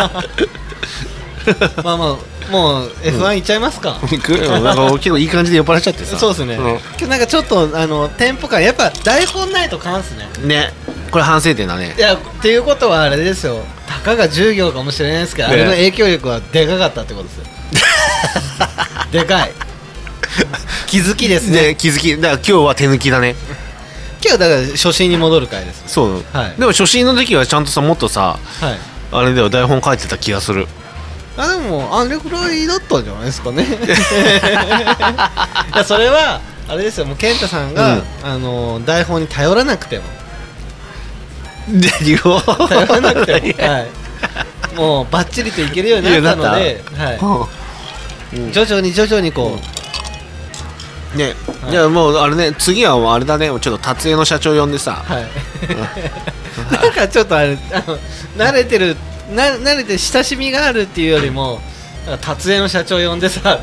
まあもう F1 いっちゃいますか。 なんか結構いい感じで酔っ払っちゃってさ。 そうですね。今日なんかちょっとテンポ感、やっぱ台本ないとかんすね。 ね、これ反省点だね。 いや、っていうことはあれですよ、たかが10行かもしれないですけど、あれの影響力はでかかったってことですよでかい気づきですね。 気づきだから今日は手抜きだね。 今日だから初心に戻る回です。 そう、でも初心の時はちゃんとさ、もっとさ、あれでは台本書いてた気がする。 でもあれくらいだったんじゃないですかねいや、それはあれですよ、もう健太さんが、台本に頼らなくても頼らなくても、もうバッチリといけるようになったので、徐々にこうね、いやもうあれね、次はあれだね、ちょっと達江の社長呼んでさ、 なんかちょっとあれ慣れて親しみがあるっていうよりも、達江の社長呼んでさ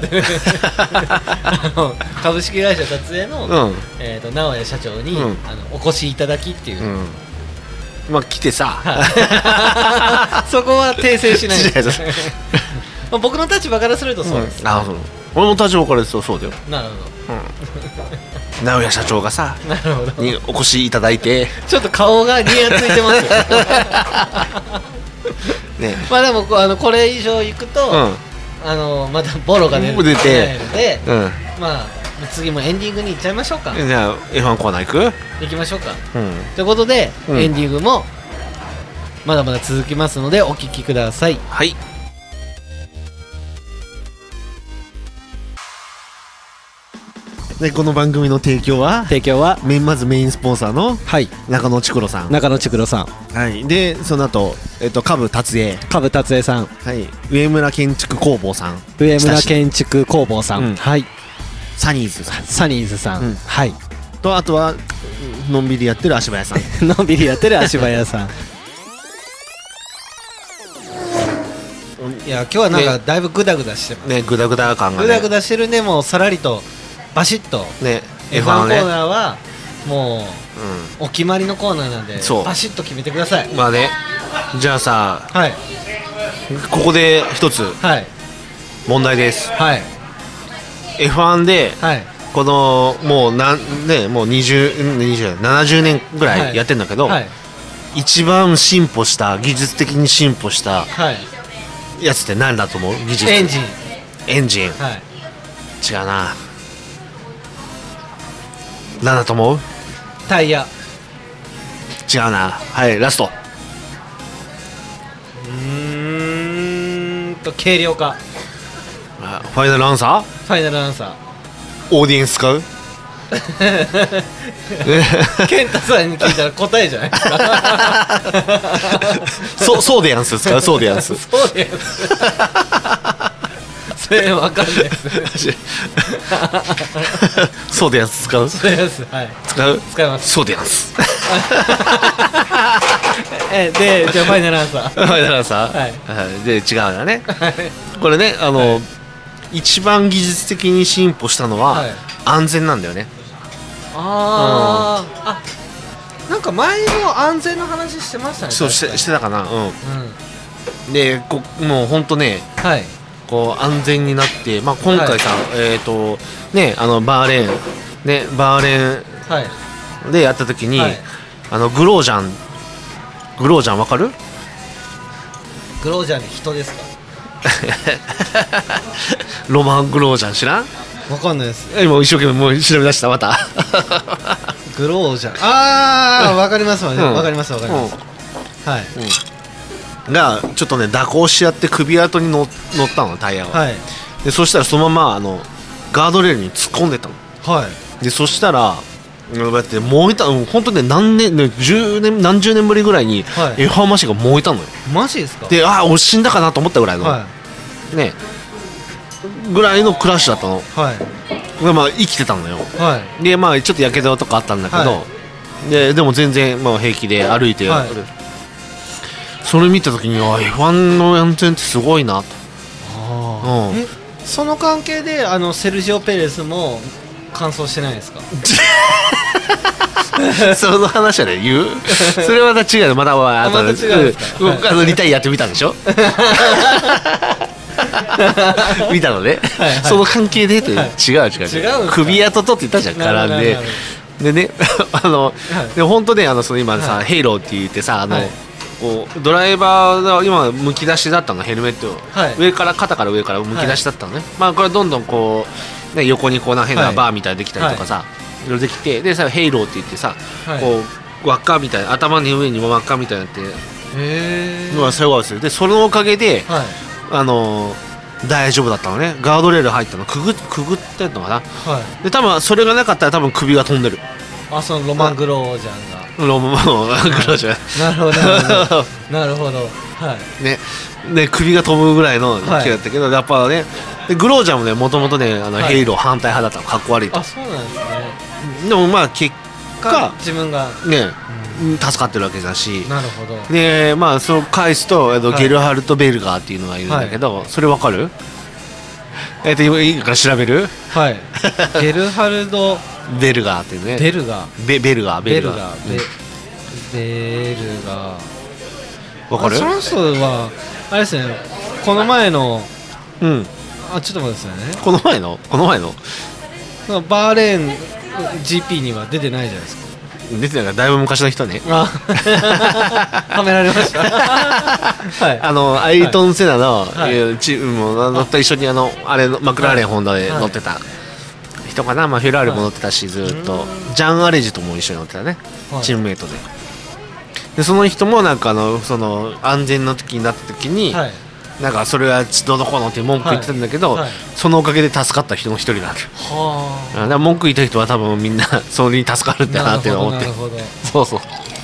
株式会社達江の直哉社長にお越しいただきっていう、 まあ来てさそこは訂正しないです僕の立場からするとそうです。 俺の立場からするとそうだよ。 なるほど。 直哉社長がさにお越しいただいて、 ちょっと顔がニヤついてますよね。まあでもこれ以上いくと、またボロが出て、まあ次もエンディングに行っちゃいましょうか。 じゃあ F1 コーナー行きましょうか。ということで、エンディングもまだまだ続きますのでお聞きください。 はい。でこの番組の提供はまずメインスポンサーの中野筑郎さん。 はい。 でその後株達江さん。 はい。上村建築工房さん。 はい。 サニーズさん。 はい。 とあとはのんびりやってる足早さん。 いや今日はなんかだいぶグダグダしてますね、グダグダ感がね、 グダグダしてるね。もうさらりとバシッとね F1 コーナーはもううお決まりのコーナーなんでそうバシッと決めてください。 ん、まあね、じゃあさ、 はいここで一つはい問題です。 はい F1 ではいこのもうもう70年ぐらいやってんだけど、 はい一番進歩した技術的に進歩したはいやつって何だと思う？技術エンジンエンジンはい違うな。何だと思う？ タイヤ違うな。はい、ラスト。 軽量化あファイナルアンサー？ ファイナルアンサオーディエンス使う？ ーケンタさんに聞いたら答えじゃないですかそうでやんす使う？そうでやんすそうですそれわかんないですそうでやんす使う？ そうですはい使う？ 使いますそうでやんすでじゃあファイナルアンサーファイナルアンサー？ はいはいで違うんだねこれね一番技術的に進歩したのは、 はい安全なんだよね。 あなんか前も安全の話してましたね。 そう確かしてたかな。 うんでもうほんとねはいこう安全になって、まあ、今回さ、ねバーレーンねバーレはいーンでやった時に、 はいグロージャンわかる？ グロージャンで人ですか？ ロマングロージャン知らん？ わかんないです今一生懸命もう調べ出したまたグロージャンわかりますわねわかりますわかりますはいがちょっとね蛇行し合って首跡に乗ったのタイヤが、 はいでそしたらそのままガードレールに突っ込んでたのはいでそしたらだって燃えた本当ね何十年ぶりぐらいにはい F1 マシンが燃えたのよ。 マジですか？ で俺死んだかなと思ったぐらいの、 はいねぐらいのクラッシュだったの。 はいでまあ生きてたのよ。 はいでまあちょっとやけどとかあったんだけど、 はでも全然まあ平気で歩いて、 はいそれ見た時にF1 の安全ってすごいなと。 その関係でセルジオ・ペレスも完走してないですか？ その話はね言うそれはまた違うまたまた違うんですか？ リタイアって見たんでしょ見たのね、 はいはいその関係でって、 はい違う違うんですか首跡とって言ったじゃん絡んででねで本当ねその今さ、 はいヘイローって言ってさはいこうドライバーが今むき出しだったのヘルメット、 はい肩から上からむき出しだったのね、まあこれどんどんこう、ね、横にこう変なバーみたいなのできたりとかさ、いろいろできてでさヘイローって言ってさ、 はいこう輪っかみたいな頭の上に輪っかみたいになってへのが最後ですよ。でそのおかげで、 はい大丈夫だったのね。ガードレール入ったのくぐってんのかな。 はいで多分それがなかったら多分首が飛んでる。 そのロマングロージャンがロマングロージャンなるほどなるほどはいね、で首が飛ぶぐらいの勢いだったけど、やっぱねでグロージャンもねもともとねいヘイロー反対派だったのかっこ悪いと。 そうなんですね。 でもまあ結果自分がね、助かってるわけだし、 なるほどでまあそう返すといゲルハルト・ベルガーっていうのがいるんだけど、それわかる？今いいから調べる？ はいゲルハルド・ベルガーっていうね。 ベルガーベルガーベルガーベルガーわかる？ その人はあれですねこの前のうんちょっと待ってくださいねこの前のバーレーン GP には出てないじゃないですか。 出てたからだいぶ昔の人ね。 はめられましたはいアイトン・セナの、 はいチームも乗った一緒にあれマクラーレンホンダで乗ってた人かな、まあ、フェラーリも乗ってたしずっと、ジャン・アレジとも一緒に乗ってたね、 はいチームメイトでその人もなんかその安全の時になった時に、 はいなんかそれはどうのこうのって文句言ってたんだけど、 はいはいそのおかげで助かった人の一人なんだよ。 はだから文句言った人は多分みんなそれに助かるんだなっていうのを思ってなるほどそうそう、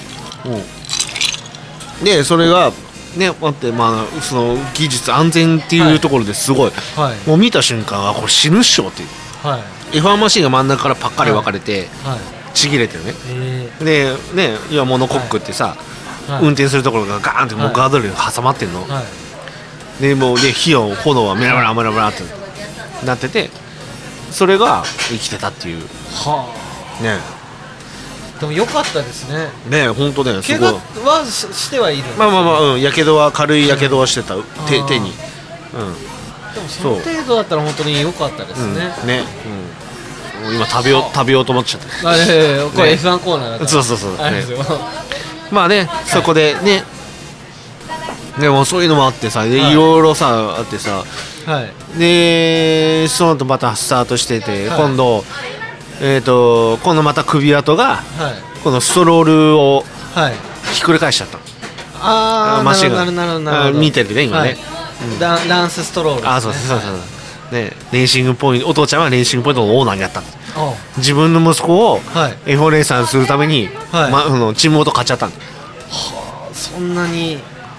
でそれがね待ってまあその技術安全っていうところですごい、 はいもう見た瞬間はこれ死ぬっしょっていうはい F1 マシンが真ん中からパッカリ分かれて、 はいちぎれてるね。 えでね今モノコックってさ、 はい運転するところがガーンってもうガードレールに挟まってんの、 はいでもうで炎はメラメラメラメラってなってて、それが生きてたっていうはあね。 でも良かったですね。 ね、本当ね、すごい。 怪我はしてはいるんです、ね、 まあまあまあ、うん、やけどは軽いやけどはしてた、手に、 でもその程度だったら本当に良かったですね。 ね、今食べようと思っちゃった。 これ F1 コーナーだから。 そうあれですよ。まあね、そこでね、でもそういうのもあってさ、いろいろさあってさ、でその後またスタートしてて、今度また首跡が、このストロールをひっくり返しちゃった。マシンが見てるね今ね。 ランスストロールですね。 そうね、レーシングポイント、お父ちゃんはレーシングポイントのオーナーになった。自分の息子を F1 レーサーにするために、チームごと買っちゃったんだ。 そんなに、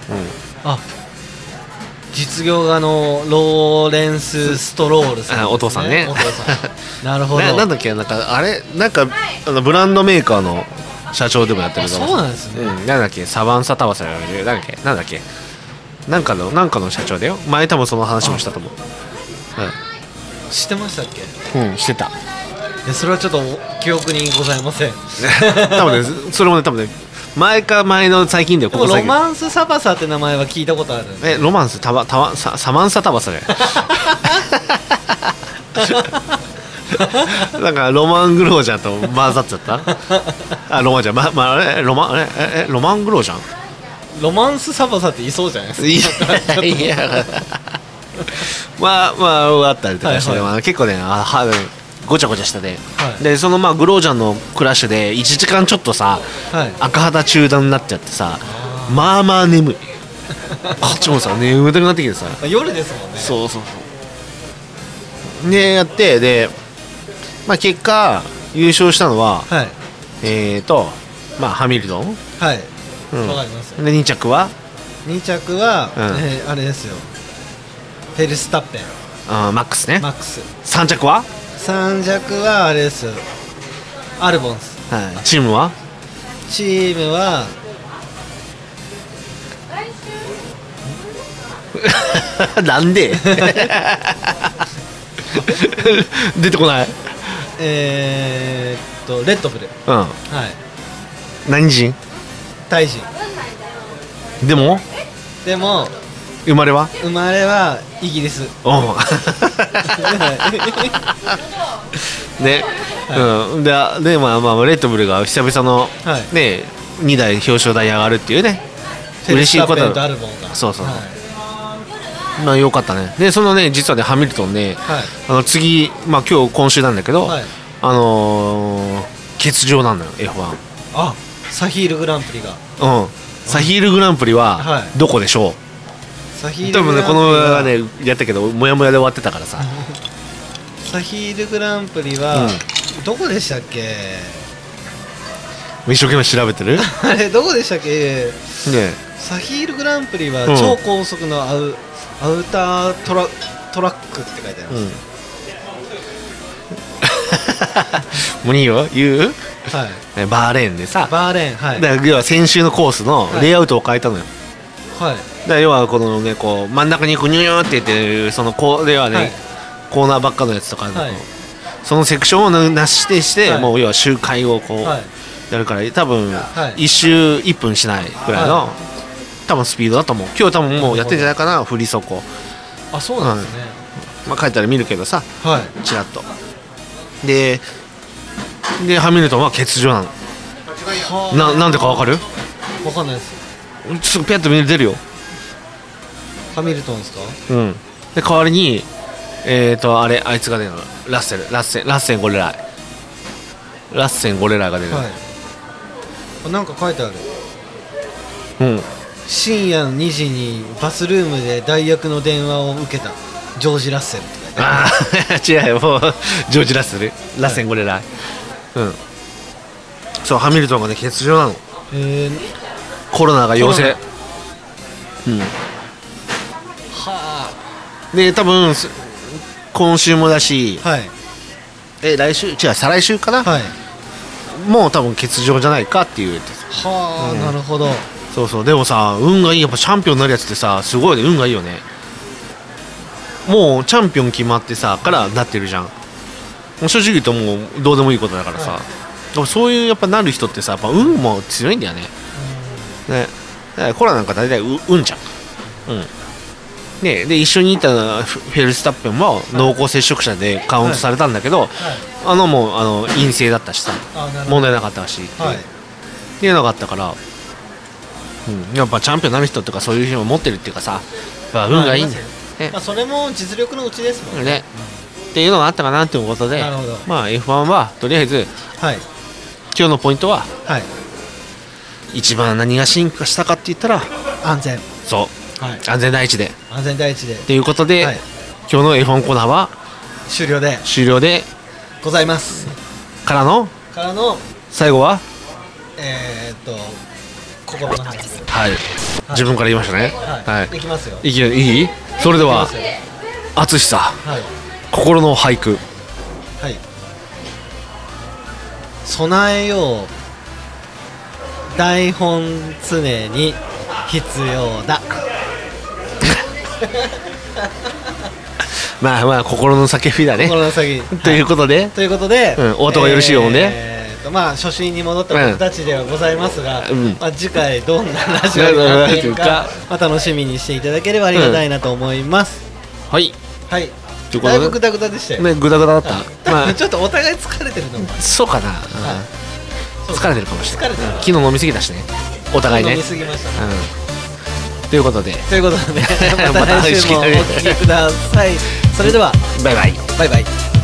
実業家のローレンス・ストロールさん、ね、 お父さんね。 なるほど。 なんだっけ、なんかブランドメーカーの社長でもやってるから。 そうなんですね。 なんだっけ、サバンサタバサなんだっけなんかの社長だよ。前多分その話もしたと思う。 知ってましたっけ？ してた。 いや、それはちょっと記憶にございません。 多分ね、それもね、多分ね、前の最近だよ。ここ最近。 ロマンスサバサって名前は聞いたことあるんで。 ロマンスサマンサタバサだよ。なんかロマングロージャンと混ざっちゃった。ロマンじゃん、ロマングロージャン。 ロマンスサバサっていそうじゃないですか。 いやまああったりとかして、結構ねごちゃごちゃしたで、でそのグロージャンのクラッシュで1時間ちょっとさ、赤旗中断になっちゃってさ、まあまあ眠い。こっちもさ眠たくなってきてさ、 夜ですもんね。 そうでやってで、結果優勝したのは、ハミルトン。わかります。 で2着はあれですよ、フェルスタッペン。 マックスね。3着はあれですよ、アルボンス。 チームはなんで出てこない。 レッドブル。 何人？ タイ人。 でも生まれはイギリス。 ね、でレッドブルが久々のね2台表彰台上がるっていうね、嬉しいこと。そう良かったね。でそのね、実はねハミルトンね、次今週なんだけど、欠場なんだよ F1。 サヒールグランプリが。 サヒールグランプリはどこでしょう。多分ねこのねやったけどモヤモヤで終わってたからさ。 サヒールグランプリはどこでしたっけ？ 一生懸命調べてる。 あれどこでしたっけ？サヒールグランプリは超高速のアウタートラックって書いてあります。 もういいよ言う。バーレーンでさ。だから要は先週のコースのレイアウトを変えたのよ。だから要はこのねこう真ん中にニューニューって言ってそのではね、コーナーばっかのやつとか、そのセクションをなしして、もう要は周回をこうやるから、多分1周1分しないぐらいの多分スピードだと思う。今日多分もうやってんじゃないかな、振り底。 そうなんですね。 書いたら見るけどさ、ちらっとでハミルトンは欠場なの。なんでか分かる？ 分かんないです。 すぐピャッと見出るよ。 ハミルトンですか？ で代わりにあいつが出るの。ラッセンゴレライが出る。なんか書いてある。深夜の2時にバスルームで代役の電話を受けたジョージ・ラッセルって書いてある。 違うよ、もうジョージ・ラッセンゴレライ。そう、ハミルトンがね欠場なの。コロナが陽性。で多分今週もだし、再来週かな、もう多分欠場じゃないかっていう。 なるほど。 でもさ、運がいい。やっぱチャンピオンになるやつってさ、すごいね、運がいいよね。 もうチャンピオン決まってさからなってるじゃん。もう正直言うともうどうでもいいことだからさ、 はいでもそういうやっぱなる人ってさやっぱ運も強いんだよね。ね、だからコラなんか大体運じゃん。ね、で一緒にいたフェルスタッペンも濃厚接触者でカウントされたんだけど、もう陰性だったしさ問題なかったし、っていうのがあったから、やっぱチャンピオンになる人とかそういう人も持ってるっていうかさ、やっぱ運がいいんだよ、ね。 それも実力のうちですもんね。 っていうのがあったかなということで、F1 はとりあえず、今日のポイントは、一番何が進化したかって言ったら安全。 そう、安全第一で。 安全第一で。 ということで、今日の F1 コーナーは終了でございます。 からの最後は心の話。 自分から言いましたね。 いきますよ。 いい？それでは淳さ、心の俳句。 備えよう台本常に必要だ。 まあ心の叫びだね。 心の叫びということで、お後がよろしいようね。 初心に戻った僕たちではございますが、次回どんなラジオになっているか楽しみにしていただければありがたいなと思います。だいぶグダグダでしたよね。 グダグダだった。 ちょっとお互い疲れてるのもそうかな。疲れてるかもしれない。昨日飲みすぎたしね、お互いね。 飲みすぎましたね。 ということでまた来週もお聞きください。それではバイバイ。